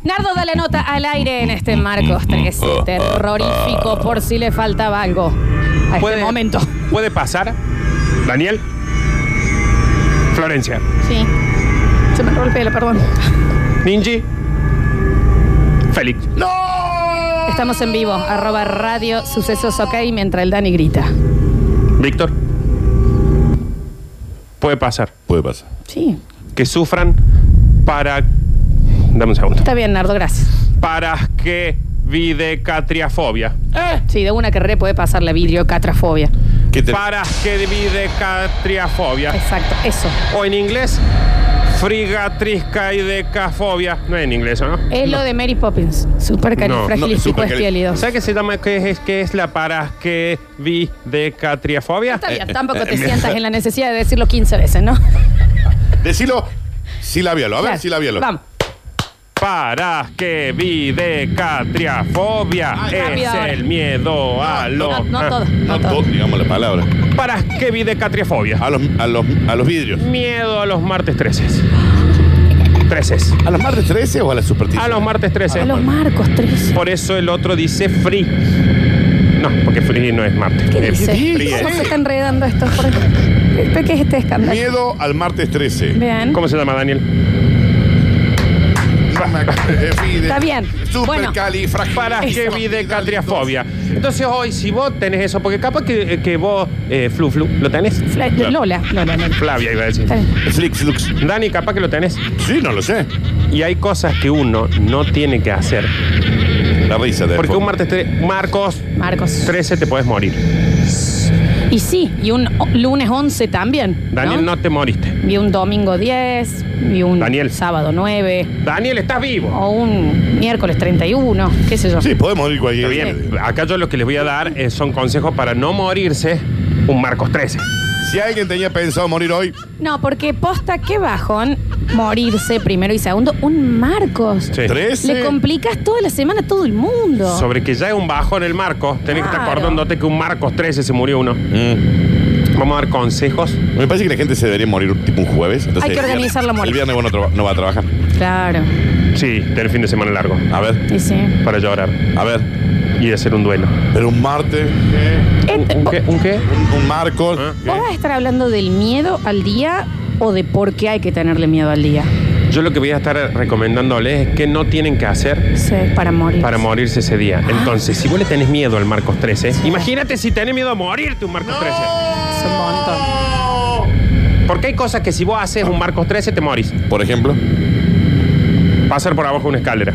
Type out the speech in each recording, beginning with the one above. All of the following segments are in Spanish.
Nardo da la nota al aire en este Marcos 13. Terrorífico por si le faltaba algo a este momento. ¿Puede pasar? Daniel. Florencia. Sí. Se me rompe el pelo, perdón. Ninji. Félix. ¡No! Estamos en vivo. @radio sucesos ok mientras el Dani grita. Víctor. Puede pasar. Puede pasar. Sí. Que sufran para... Dame un segundo. Está bien, Nardo, gracias. Para que videcatriafobia. Sí, de una que puede pasar la vidriocatrafobia. Para que videcatriafobia. Exacto, eso. O en inglés, frigatriscaidecafobia. No es en inglés, ¿o no? Es lo de Mary Poppins. Supercalifragilisticoexpialidoso. ¿Sabes qué se llama? ¿Qué es la para que videcatriafobia? Está bien, tampoco te sientas en la necesidad de decirlo 15 veces, ¿no? Decilo silabialo. A ver, Claro. silabialo. Vamos. Para que videcatriafobia es rápido ahora. el miedo a lo... No todo. No todo, digamos la palabra. Para que videcatriafobia. A los vidrios. Miedo a los martes 13. 13. ¿A los martes 13 o a la superstición? A los martes 13. A los Marcos 13. Por eso el otro dice free. No, porque free no es martes. ¿Qué dice? Free ¿Cómo es. se está enredando esto? ¿Qué es este escándalo? Miedo al martes 13. Bien. ¿Cómo se llama, Daniel? Está bien. Bueno. Para que videcatriafobia. Entonces hoy, si vos tenés eso, porque capaz que vos, Flu, ¿lo tenés? Lola. Flavia iba a decir. Está bien. Flix. Dani, capaz que lo tenés. Sí, no lo sé. Y hay cosas que uno no tiene que hacer. La risa de... Porque un martes 13, Marcos. 13 te puedes morir. Y sí, y un lunes 11 también. Daniel, no te moriste. Vi un domingo 10, vi un Daniel. sábado 9, Daniel, estás vivo. o un miércoles 31, qué sé yo. Sí, podemos morir cualquier Está día. bien. Acá yo lo que les voy a dar son consejos para no morirse un Marcos 13. Si alguien tenía pensado morir hoy, No, porque posta, qué bajón morirse primero y segundo. Un Marcos. Sí. 13. Le complicas toda la semana a todo el mundo. Sobre que ya es un bajón el Marcos, tenés que estar Claro. acordándote que un Marcos 13 se murió uno. Vamos a dar consejos. me parece que la gente se debería morir tipo un jueves. Entonces, Hay que el viernes- organizar la muerte. El viernes vos no va a trabajar. Claro. Sí, tener fin de semana largo. A ver, Y sí. Para llorar a ver. y hacer un duelo. Pero un martes, ¿Un qué? ¿Un qué? un Marcos. ¿Ah? ¿Vos vas a estar hablando del miedo al día o de por qué hay que tenerle miedo al día? Yo lo que voy a estar recomendándoles es que no tienen que hacer Sí, para morir. para morirse ese día. Entonces, si vos le tenés miedo al Marcos 13, imagínate si tenés miedo a morirte un Marcos 13. Es un montón. Porque hay cosas que si vos haces un Marcos 13 te morís. Por ejemplo, Pasar por abajo de una escalera.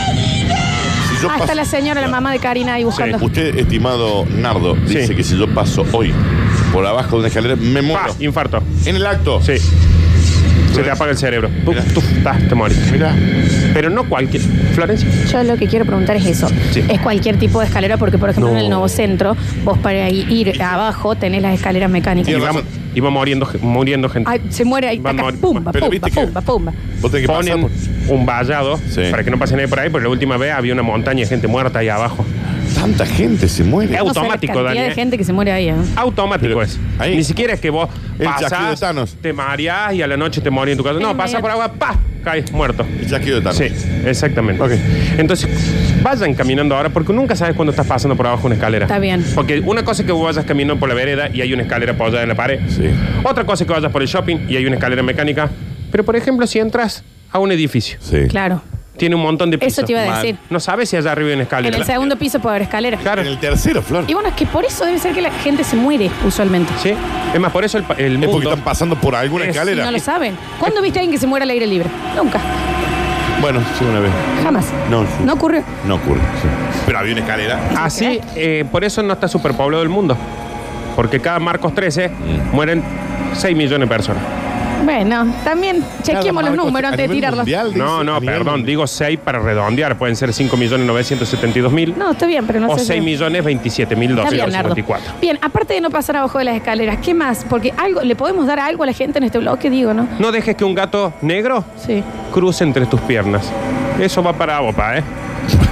si yo Hasta paso... la señora, la mamá de Karina ahí buscando. Usted, estimado Nardo, dice Sí. que si yo paso hoy por abajo de una escalera, me muero. ¡Pah! Infarto. En el acto. Sí. Se te apaga el cerebro. Mira. Te morís. Mira. Pero no cualquier. Florencia. Yo lo que quiero preguntar es eso. Sí. Es cualquier tipo de escalera, porque por ejemplo No. en el nuevo centro, vos para ir abajo tenés las escaleras mecánicas. Tiene razón. Y va muriendo gente. Ay, se muere ahí, Va a taca, morir. pumba, Pero pumba, viste que- pumba, pumba. Vos tenés que pasar Ponen por... un vallado Sí. para que no pase nadie por ahí, porque la última vez había una montaña de gente muerta ahí abajo. Tanta gente se muere. Es No sé la automático, cantidad Dani. de gente que se muere ahí, ¿eh? Automático Pero es. ahí- Ni siquiera es que vos El chasquido de pasás, Thanos. te mareás y a la noche te morís en tu casa. No, Es pasa medio- por agua, ¡pah! Caes muerto. El chasquido de Thanos. Sí, exactamente. Ok. Entonces, vayan caminando ahora porque nunca sabes cuándo estás pasando por abajo de una escalera. Está bien. Porque una cosa es que vos vayas caminando por la vereda y hay una escalera apoyada en la pared. Sí. Otra cosa es que vayas por el shopping y hay una escalera mecánica. Pero, por ejemplo, si entras a un edificio, Sí. Claro. tiene un montón de pisos. Eso te iba a Mal. decir. No sabes si allá arriba hay una En escalera. el segundo piso puede haber escaleras. Claro. En el tercero, Flor. Y bueno, es que por eso debe ser que la gente se muere usualmente. Sí. Es más, por eso el Es porque mundo... están pasando por alguna Es- Y escalera. no lo saben. ¿Cuándo viste a alguien que se muera al aire libre? Nunca. Bueno, sí, una vez. Jamás. No, sí. No ocurrió. No ocurre. Sí. Pero había una escalera. Así, por eso no está superpoblado el mundo. Porque cada Marcos 13 mueren 6 millones de personas. Bueno, también chequeemos los Marcos, números a antes de nivel tirarlos. mundial, dice, No, a nivel perdón, mundial. digo 6 para redondear. Pueden ser 5.972.000 No, está bien, pero no o sé. si- 6.027.254. Bien, aparte de no pasar abajo de las escaleras, ¿qué más? Porque algo, le podemos dar algo a la gente en este bloque, digo, ¿no? No dejes que un gato negro Sí. cruce entre tus piernas. Eso va para vos, pa, ¿eh?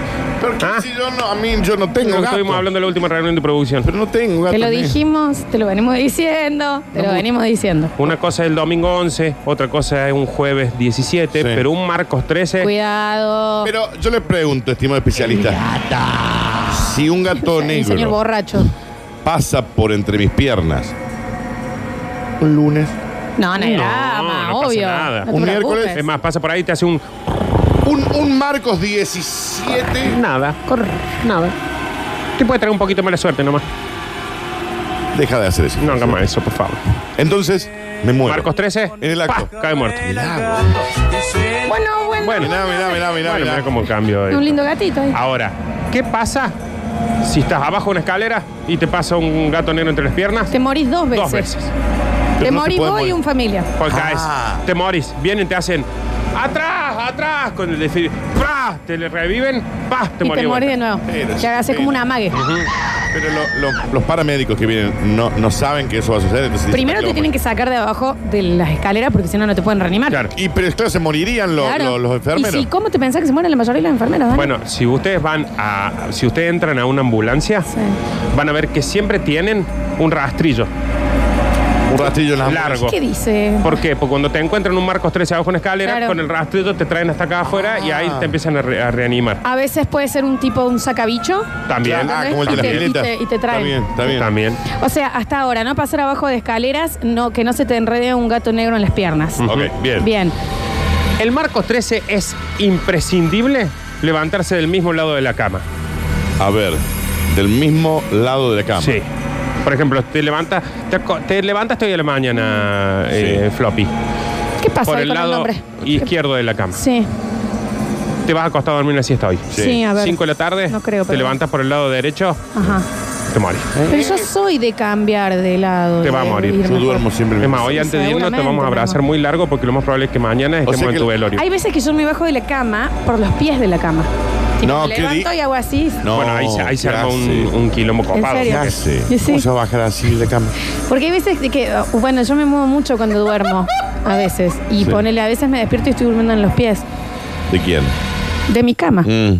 Pero ¿qué ¿Ah? si yo no tengo gato? Estuvimos hablando de la última reunión de producción. Pero no tengo gato. Te lo nene. dijimos, te lo venimos diciendo, te lo venimos diciendo. Una cosa es el domingo 11, otra cosa es un jueves 17, Sí. pero un Marcos 13. Cuidado. Pero yo le pregunto, estimado especialista. Si un gato El señor negro borracho. pasa por entre mis piernas un lunes, No, no, No, drama, no pasa obvio. nada. No te Un miércoles, preocupes. Es más, pasa por ahí y te hace un. un Marcos 17, Nada. Nada. Te puede traer un poquito mala suerte nomás. deja de hacer eso. No haga más eso, por favor. Entonces, me muero. Marcos 13. En el acto. ¡pah! Cae muerto. Bueno. Bueno, mira cómo cambio. Un lindo gatito ahí. Ahora, ¿qué pasa si estás abajo de una escalera y te pasa un gato negro entre las piernas? Te morís dos veces. Dos veces. Pero Te no se morís puede vos y morir. un familia. Porque Ah. caes, te morís. Vienen, te hacen atrás, con el desfile. ¡Pah! Te le reviven, ¡pah! Te Y morís. te morís de nuevo. Pero Que hagas como un amague. Pero los paramédicos que vienen no saben que eso va a suceder. Entonces Primero te tienen que sacar de abajo de las escaleras porque si no, no te pueden reanimar. Claro. Y pero claro, se morirían Claro. los enfermeros. ¿Y si, cómo te pensás que se mueren la mayoría de las enfermeras, Dani? Bueno, si ustedes si ustedes entran a una ambulancia, Sí. van a ver que siempre tienen un rastrillo Un rastrillo en las largo. ¿Qué dice? ¿Por qué? Porque cuando te encuentran un Marcos 13 abajo en una escalera, Claro. con el rastrillo te traen hasta acá afuera y ahí te empiezan a reanimar. A veces puede ser un tipo, un sacabicho. También. Ah, como el de las Y te- piletas. y te traen. Está bien. También. O sea, hasta ahora, no pasar abajo de escaleras, no, que no se te enrede un gato negro en las piernas. Ok, bien. Bien. El Marcos 13 es imprescindible levantarse del mismo lado de la cama. A ver, del mismo lado de la cama. Sí. Por ejemplo, te levantas hoy a la mañana, Floppy, ¿Qué pasa por ahí el con el lado nombre? izquierdo de la cama. Sí, Te vas a acostar a dormir una siesta hoy. sí, a ver. 5 de la tarde, No creo, te pero- levantas por el lado derecho, Ajá. te morís. Pero yo soy de cambiar de lado. Te de va a morir. ir Yo mejor. duermo siempre. Es más, hoy Sí, antes de irnos te seguramente, vamos a abrazar mi amor. muy largo porque lo más probable es que mañana estemos sea en que tu velorio. Hay veces que yo me bajo de la cama por los pies de la cama. Tipo, No, me ¿qué levanto di- y hago así. No, Bueno, ahí se ¿qué arma hace? un quilombo copado. serio? ¿Qué porque- hace? Sí, sí. ¿Cómo se va a bajar así de la cama? Porque hay veces de que, bueno, yo me muevo mucho cuando duermo. A veces. Y Sí. ponele, a veces me despierto y estoy durmiendo en los pies. ¿De quién? De mi cama.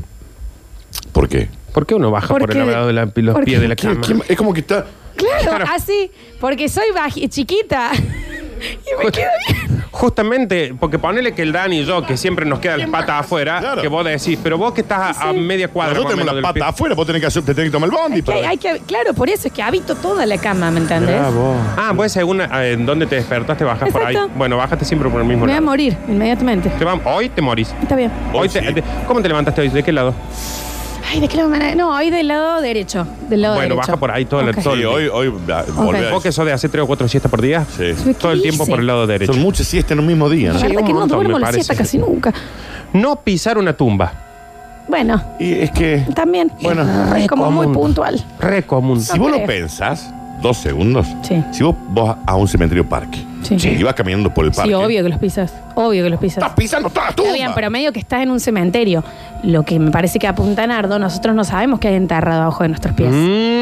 ¿Por qué? ¿Por qué uno baja por Porque- el lado de los porque- pies de la ¿Qué- cama? qué- Es como que está. Claro, así. Porque soy chiquita. Y me quedo bien. Justamente, porque ponele que el Dani y yo, que siempre nos quedan las patas afuera, Claro. que vos decís, pero vos que estás a media cuadra. Nosotros más o tenemos menos las del patas pie. afuera, vos tenés que tomar el bondi. Claro, por eso es que habito toda la cama, ¿me entendés? Bravo. Ah, pues según en dónde te despertaste, bajas por ahí. Exacto. Bueno, bájate siempre por el mismo Me voy a lado. morir inmediatamente. Hoy te morís. Está bien. Hoy sí. ¿Cómo te levantaste hoy? ¿De qué lado? Ay, ¿de qué lado me... No, hoy del lado derecho. Del lado Bueno, derecho. baja por ahí todo el Ok. todo el Sí, día. hoy volvé a ¿Vos que sos de hacer 3 o 4 siestas por día? Sí. ¿Qué Todo el tiempo dice? por el lado derecho. Son muchas siestas en un mismo día, La ¿no? Sí, verdad un que no montón, duermo me la parece. siesta casi nunca. No pisar una tumba. Bueno, Y es que, también. Bueno, es como muy común. puntual. Re común. si vos lo creo. pensás, 2 segundos, Sí. si vos vas a un cementerio parque Sí. y vas caminando por el parque, Sí, obvio que los pisas. Obvio que los pisas. estás pisando toda la tumba. Está bien, pero medio que estás en un cementerio. Lo que me parece que apunta Nardo, nosotros no sabemos que hay enterrado abajo de nuestros pies.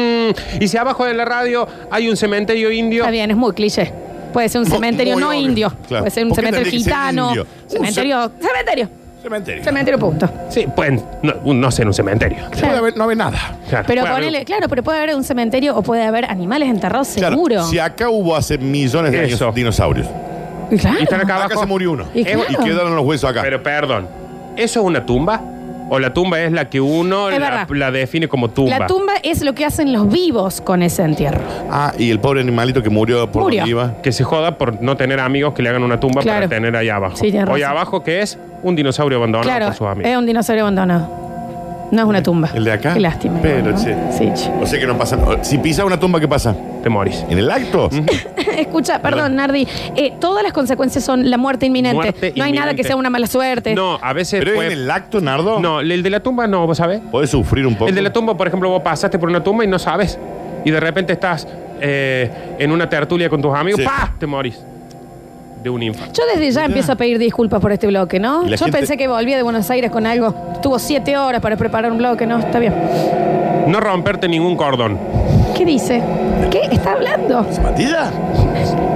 Y si abajo de la radio hay un cementerio indio. Está bien, es muy cliché. Puede ser un cementerio muy no obvio. indio. Claro. Puede ser un ¿Por qué cementerio tendría que ser gitano. indio? Cementerio. Cementerio. Cementerio, punto. Sí, pueden. No sé, en un cementerio. Claro. No haber nada. Claro, Pero puede haber- ponele, claro, pero puede haber un cementerio o puede haber animales enterrados Claro, seguro. si acá hubo hace millones de Eso. años dinosaurios, Claro. Y están acá acá abajo. se murió uno. Y Y claro. quedaron los huesos acá. Pero perdón, ¿eso es una tumba? ¿O la tumba es la que uno Es la, verdad. la define como tumba? La tumba es lo que hacen los vivos con ese entierro. Y el pobre animalito que murió por Murió. donde iba. Que se joda por no tener amigos que le hagan una tumba Claro. para tener ahí abajo. Sí, tienes Hoy razón. abajo, ¿qué es? Un dinosaurio abandonado Claro, por sus amigos. es un dinosaurio abandonado. No es una tumba. ¿El de acá? Qué lástima. Pero, igual, ¿no? che. Sí, che. O sea que no pasa. Si pisa una tumba, ¿qué pasa? Te morís. ¿En el acto? Escucha, perdón, Nardi. Todas las consecuencias son la muerte inminente. Muerte no hay nada inminente. que sea una mala suerte. No, a veces ¿Pero puede- en el acto, Nardo? No, el de la tumba no, ¿vos sabés? ¿Podés sufrir un poco? El de la tumba, por ejemplo, vos pasaste por una tumba y no sabes. Y de repente estás en una tertulia con tus amigos, Sí. ¡pah! Te morís. De un infarto. Yo desde ya empiezo a pedir disculpas por este bloque, ¿no? Y la Yo gente- pensé que volvía de Buenos Aires con algo. Tuvo 7 horas para preparar un bloque, ¿no? Está bien. No romperte ningún cordón. ¿Qué dice? ¿Qué está hablando? ¿Zapatilla?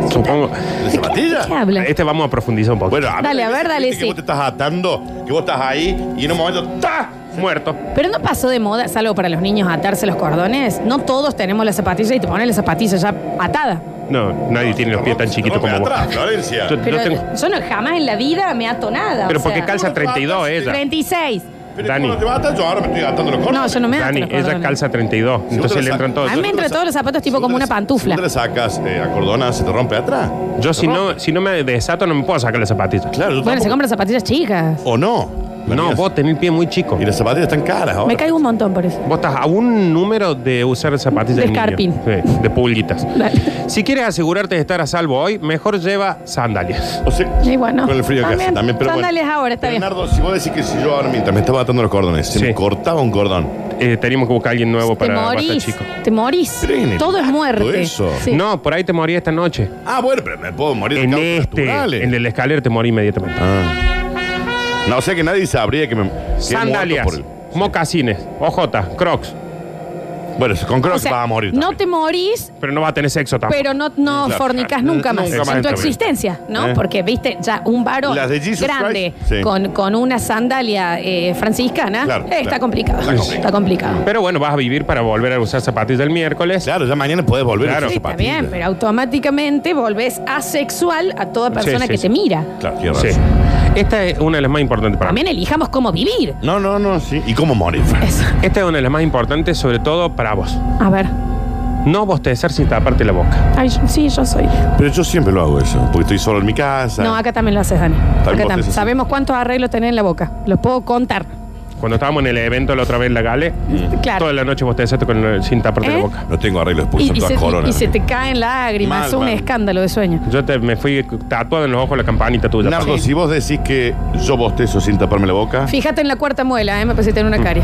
Supongo. ¿De zapatilla? ¿Qué habla? Este vamos a profundizar un poco. Bueno, Dale, a ver, viste dale, que sí. vos te estás atando, que vos estás ahí y en un momento ¡ta! Muerto. Pero no pasó de moda, salvo para los niños, atarse los cordones. No todos tenemos las zapatillas y te ponen la zapatilla ya atada. No, nadie tiene los pies tan chiquitos como vos. atrás, Florencia. Yo Pero tengo- yo no, jamás en la vida me ato nada. Pero o porque sea, calza 32 ella. 36. Pero Dani. ¿cómo te vas a atar? Yo ahora me estoy atando los cordones. No, yo no me ato Dani, los ella cordones. calza 32. Entonces le entran todos. A mí me entran todos los zapatos tipo como una pantufla. Si tú le sacas acordona, se te rompe atrás. Yo si no me desato no me puedo sacar las zapatillas. Claro, yo Bueno, se tampoco. compran zapatillas chicas. ¿O no? No, vos tenés el pie muy chico. Y las zapatillas están caras ahora. Me caigo un montón por eso. Vos estás a un número de usar zapatillas De de niño. escarpín. Sí, de pulguitas. Dale. Si quieres asegurarte de estar a salvo hoy, mejor lleva sandalias. O sea, Y bueno, con el frío que hace también. Pero sandalias bueno. ahora, está bien. Bernardo, si vos decís que si yo ahora mientras me estaba atando los cordones, se Sí. me cortaba un cordón. Teníamos que buscar a alguien nuevo Te para Basta morís. Chico. Te morís. Pero en el Todo es acto muerte. eso. Sí. No, por ahí te morí esta noche. Ah, bueno, pero me puedo morir de En causas este, naturales. en el escalera te morí inmediatamente. Ah. No, o sea que nadie sabría que me. que he Sandalias, muerto por el- mocasines, OJ, Crocs. Bueno, con Crocs O sea, vas a morir. no también. te morís, Pero no va a tener sexo tampoco. pero no Claro. fornicas nunca más Nunca más en tu en tu vida. existencia, ¿no? ¿Eh? Porque, viste, ya un varón Las de Jesus grande Christ, sí. con una sandalia franciscana Claro, está claro. complicado. Está complicado. Está complicado. Pero bueno, vas a vivir para volver a usar zapatillas del miércoles. Claro, ya mañana puedes volver Claro. a Sí, usar está bien, zapatillas. pero automáticamente volvés asexual a toda persona sí, que sí. te mira. Claro, tienes Sí. razón. Esta es una de las más importantes para mí. También elijamos cómo vivir. No, sí. ¿Y cómo morir, Fran? Eso. Esta es una de las más importantes, sobre todo para vos. A ver. No bostezar sin taparte la boca. Ay, sí, yo soy. Pero yo siempre lo hago eso, porque estoy solo en mi casa. No, acá también lo haces, Dani. Acá vos también. haces. Sabemos cuántos arreglos tenés en la boca. Los puedo contar. Cuando estábamos en el evento la otra vez en la Gale, Claro. toda la noche bostezaste sin taparte ¿Eh? la boca. No tengo arreglos, porque Y, son y todas se, coronas. y se te caen lágrimas. Mal, Es un mal. escándalo de sueño. Yo me fui tatuado en los ojos la campanita tuya. Nardo, papá. si vos decís que yo bostezo sin taparme la boca, Fíjate en la cuarta muela, me parece tener una carie.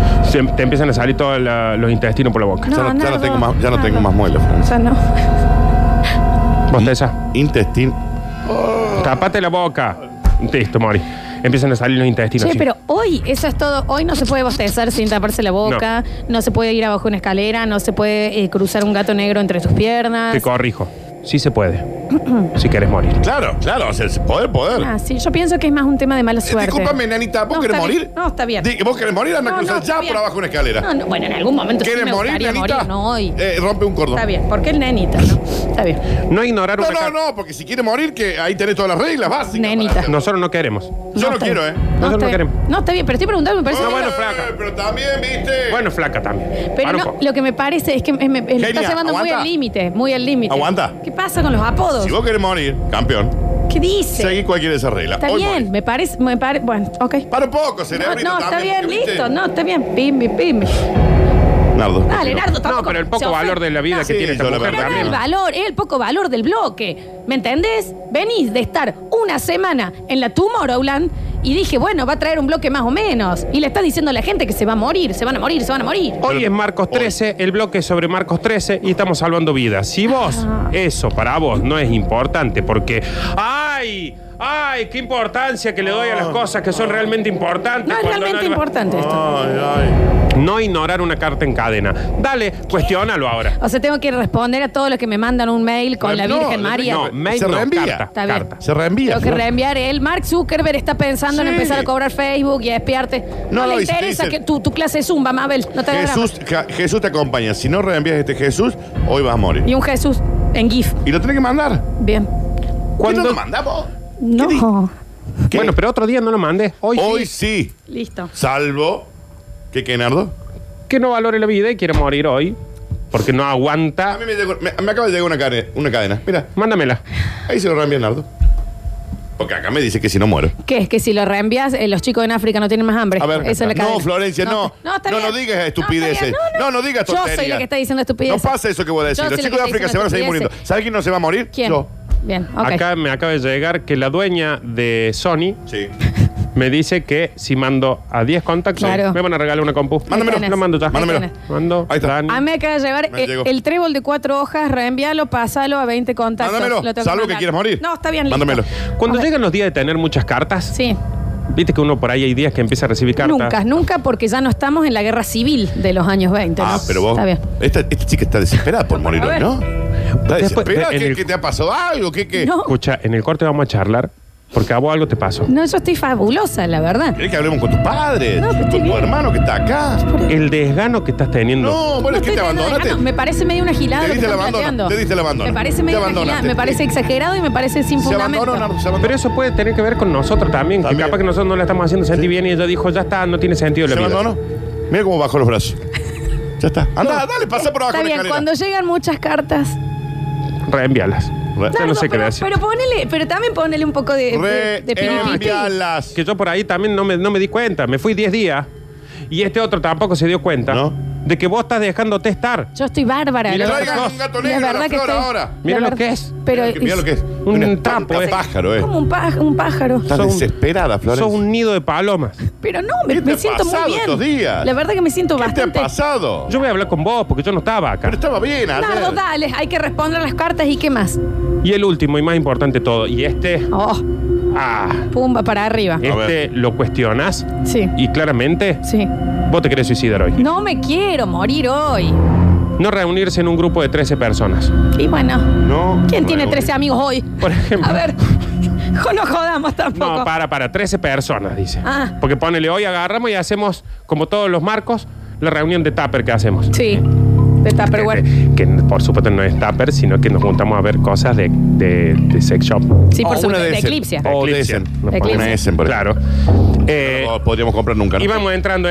Te empiezan a salir todos los intestinos por la boca. No, ya no Nardo, tengo más, Nardo. muelas, Fran. O sea, no. Bosteza. Intestino. Tapate la boca. Listo, Mori. Empiezan a salir los intestinos. Che, sí. pero hoy eso es todo. Hoy no se puede bostezar sin taparse la boca. No se puede ir abajo una escalera. No se puede cruzar un gato negro entre tus piernas. Te corrijo. Sí se puede. Si querés morir. Claro, o sea, poder. Ah, sí, yo pienso que es más un tema de mala suerte. Discúlpame, nenita, ¿vos No, querés está morir? bien. No, está bien. ¿Vos querés morir? Anda a No, cruzar no, está ya bien. por abajo una escalera. No, no, bueno, en algún momento sí ¿Quieres me morir, gustaría nenita? morir. No hoy. Rompe un cordón. Está bien. ¿Por qué el nenita? No, está bien. No ignorar una No, porque si quiere morir, que ahí tenés todas las reglas básicas. Nenita. para hacerlo. Nosotros no queremos. Yo no está quiero, bien. ¿eh? Nosotros está no bien. queremos. No, está bien, pero estoy preguntando, me parece. bueno, flaca. Pero también, ¿viste? Bueno, flaca también. Pero Para un no, poco. lo que me parece es que lo está Genia, llevando muy aguanta. al límite, muy al límite. Aguanta. ¿Qué pasa con los apodos? Si vos querés morir, campeón, ¿Qué dice? seguí cualquiera de esas reglas. Está Hoy bien, morís. me parece, bueno, ok. Para un poco, No, cerebrito no, está también, bien, porque, ¿viste? listo, no, está bien. Pimbi. Nardo. Dale, continúa. Nardo, tampoco. No, pero el poco se valor ofende. de la vida No, que sí, tiene esta yo la mujer verdad Pero no también. el valor, es el poco valor del bloque. ¿Me entendés? Venís de estar una semana en la Tomorrowland y dije, bueno, va a traer un bloque más o menos. Y le estás diciendo a la gente que se va a morir, se van a morir. Hoy es Marcos 13, el bloque es sobre Marcos 13 y estamos salvando vidas. Si vos, eso para vos no es importante porque, ¡ay! ¡Qué importancia que le doy a las cosas que son realmente importantes! No es cuando realmente importante esto. Ay. No ignorar una carta en cadena. Dale, cuestiónalo ahora. O sea, tengo que responder a todos los que me mandan un mail con la No, Virgen María. No, mail Se no, reenvía. carta. Está bien. Carta. Se reenvía. Tengo que Flor. reenviar él. Mark Zuckerberg está pensando en Sí. empezar a cobrar Facebook y a espiarte. No, No, le y si te interesa dicen- que tu clase de Zumba, Mabel. No te hagas drama. Jesús te acompaña. Si no reenvías este Jesús, hoy vas a morir. Y un Jesús en GIF. Y lo tenés que mandar. Bien. ¿Cuándo lo mandamos? No. ¿Qué? Bueno, pero otro día no lo mandes. Hoy sí. sí. Listo. Salvo. ¿Qué, Nardo? Que no valore la vida y quiere morir hoy porque no A aguanta. mí me acaba de llegar una cadena. Mira, Mándamela. ahí se lo reenvía Nardo. Porque acá me dice que si no muero. ¿Qué es que si lo reenvías, los chicos en África no tienen más hambre? A ver, Esa es la cadena. no, Florencia, no. está No, bien. no digas estupideces. No digas Yo tonterías. soy la que está diciendo estupideces. No pasa eso que voy a decir. Yo Los soy la chicos que de África está se van a seguir diciendo muriendo. estupideces. ¿Sabes quién no se va a morir? ¿Quién? Yo. Bien, ok. Acá me acaba de llegar que la dueña de Sony Sí. me dice que si mando a 10 contactos, Claro. me van a regalar una compu. Mándamelo. tenés. Lo mando ya. Mándamelo. tenés. Mando. Ahí está. Dani. A mí me acaba de llevar Me llegó. el trébol de 4 hojas, reenvíalo, pásalo a 20 contactos. Mándamelo. Lo tengo Salvo que mandar. quieras morir. No, está bien, listo. Mándamelo. Cuando A ver. llegan los días de tener muchas cartas, Sí. viste que uno por ahí hay días que empieza a recibir cartas. Nunca, porque ya no estamos en la guerra civil de los años 20, ¿no? Ah, pero vos. Está bien. Esta chica está desesperada por morir A hoy, ver. ¿no? ¿Estás Después, desesperada? en el- ¿Qué te ha pasado algo? ¿Qué? No. Escucha, en el corte vamos a charlar porque a vos algo te pasó. No, yo estoy fabulosa, la verdad. ¿Querés que hablemos con tus padres? No, pero estoy con tu bien. hermano que está acá. El desgano que estás teniendo. No, bueno, es que estoy te teniendo abandonaste. desgano. Me parece medio una gilada. Te lo que diste el están abandono, planteando. te diste el abandono. Me parece Te medio una abandonaste. gilada. Me parece exagerado y me parece sin Se fundamento. abandonó, Nardo, se abandonó. Pero eso puede tener que ver con nosotros también, que También. capaz que nosotros no la estamos haciendo sentir bien y ella dijo, ya está, no tiene sentido la ¿Se vida. abandonó? Mira cómo bajó los brazos. Ya está. Anda, dale, pasa por abajo Está la bien, escalera. cuando llegan muchas cartas. Reenvíalas. Ya Nardo, no sé qué decir. pero también ponele un poco de piripiti. Reenvíalas. Que yo por ahí también no me di cuenta. Me fui 10 días y este otro tampoco se dio cuenta ¿No? de que vos estás dejándote estar. Yo estoy bárbara. Mira, la Traigan verdad. un gato La negro a la verdad que flor estoy- ahora. Mira la lo que verdad- es. Pero Mira lo que es. Un Una trapo, pájaro, como un pájaro. Estás Sos un- desesperada, Flores. Sos un nido de palomas. Pero no, ¿Qué te me ha siento muy pasado bien. estos días? La verdad que me siento ¿Qué te bastante. ha pasado? Yo voy a hablar con vos porque yo no estaba acá. Pero estaba bien, ayer. Nardo, dale, hay que responder las cartas y qué más. Y el último y más importante de todo. Y este, Oh, pumba para arriba. este lo cuestionas Sí, y claramente sí. vos te querés suicidar hoy. No me quiero morir hoy. No reunirse en un grupo de 13 personas. Y bueno, No. ¿quién tiene Bueno, 13 amigos hoy? Por ejemplo. A ver, no jodamos tampoco. No, para, 13 personas, dice. Ah. Porque ponele, hoy agarramos y hacemos, como todos los marcos, la reunión de Tupper que hacemos. Sí, de Tupperware. Que por supuesto no es Tupper, sino que nos juntamos a ver cosas de sex shop. Sí, por O supuesto, una de de Essen. Eclipse. O de Eclipse. Essen. Eclipse. Una Essen, por ejemplo. Claro. No podríamos comprar nunca. ¿no? Y vamos entrando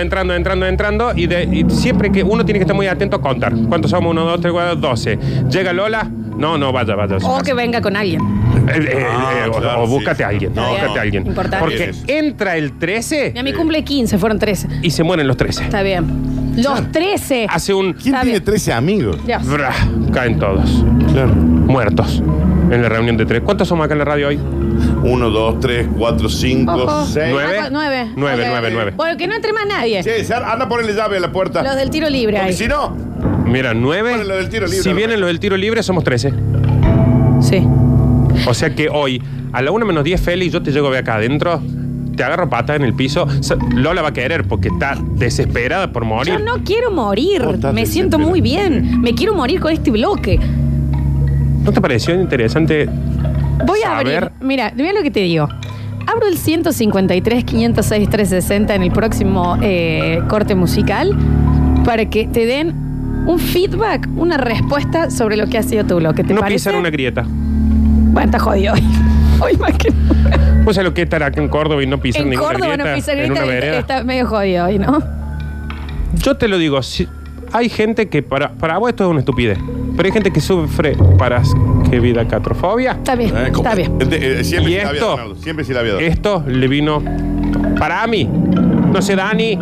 y siempre que uno tiene que estar muy atento a contar. ¿Cuántos somos? 1, 2, 3, 4, 12. ¿Llega Lola? No, vaya. O que venga con alguien. Claro, o búscate sí. a alguien. No, búscate no. a alguien. Importante. Porque entra el 13 Y a mi cumple 15, fueron 13. y se mueren los 13. Está bien. Los 13. Hace un... ¿Quién Está tiene bien. 13 amigos? Dios. Brah, caen todos. Claro. Muertos. En la reunión de 3. ¿Cuántos somos acá en la radio hoy? 1, 2, 3, 4, 5, Ojo. 6. Nueve. Ah, 9. Nueve. Bueno, que no entre más nadie. Sí, anda a ponerle llave a la puerta. Los del tiro libre Porque ahí. si no, Mira, 9. Bueno, lo del tiro libre, Si ¿no? vienen los del tiro libre, somos 13. Sí. O sea que hoy, a la 1 menos 10, Félix, yo te llego a ver acá adentro, te agarro pata en el piso. Lola va a querer porque está desesperada por morir. Yo no quiero morir. Vos estás Me siento desesperado. muy bien. Me quiero morir con este bloque. ¿No te pareció interesante? Voy a saber? abrir. Mira lo que te digo. Abro el 153, 506, 360 en el próximo corte musical para que te den un feedback, una respuesta sobre lo que ha sido tu bloque. ¿Te No parece? pisar una grieta. Bueno, está jodido hoy. Hoy más que nunca. ¿Vos sabés lo que es estar acá en Córdoba y no pisar En ninguna Córdoba grieta? no pisar en una grieta vereda? está medio jodido hoy, ¿no? Yo te lo digo, hay gente que para vos esto es una estupidez, pero hay gente que sufre ¿qué vida catrofobia? Está bien, ¿cómo? está bien. Siempre ¿Y sí la había esto? donado. Siempre sí la había donado. Esto le vino para mí. No sé, Dani.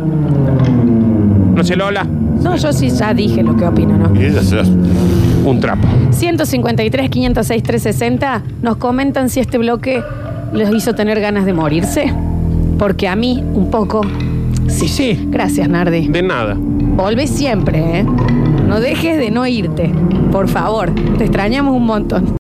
No sé, Lola. No, yo sí ya dije lo que opino, ¿no? Y ella se las- Un trapo. 153, 506, 360 nos comentan si este bloque les hizo tener ganas de morirse. Porque a mí, un poco. Sí, sí. Gracias, Nardi. De nada. Volvé siempre, ¿eh? No dejes de no irte. Por favor, te extrañamos un montón.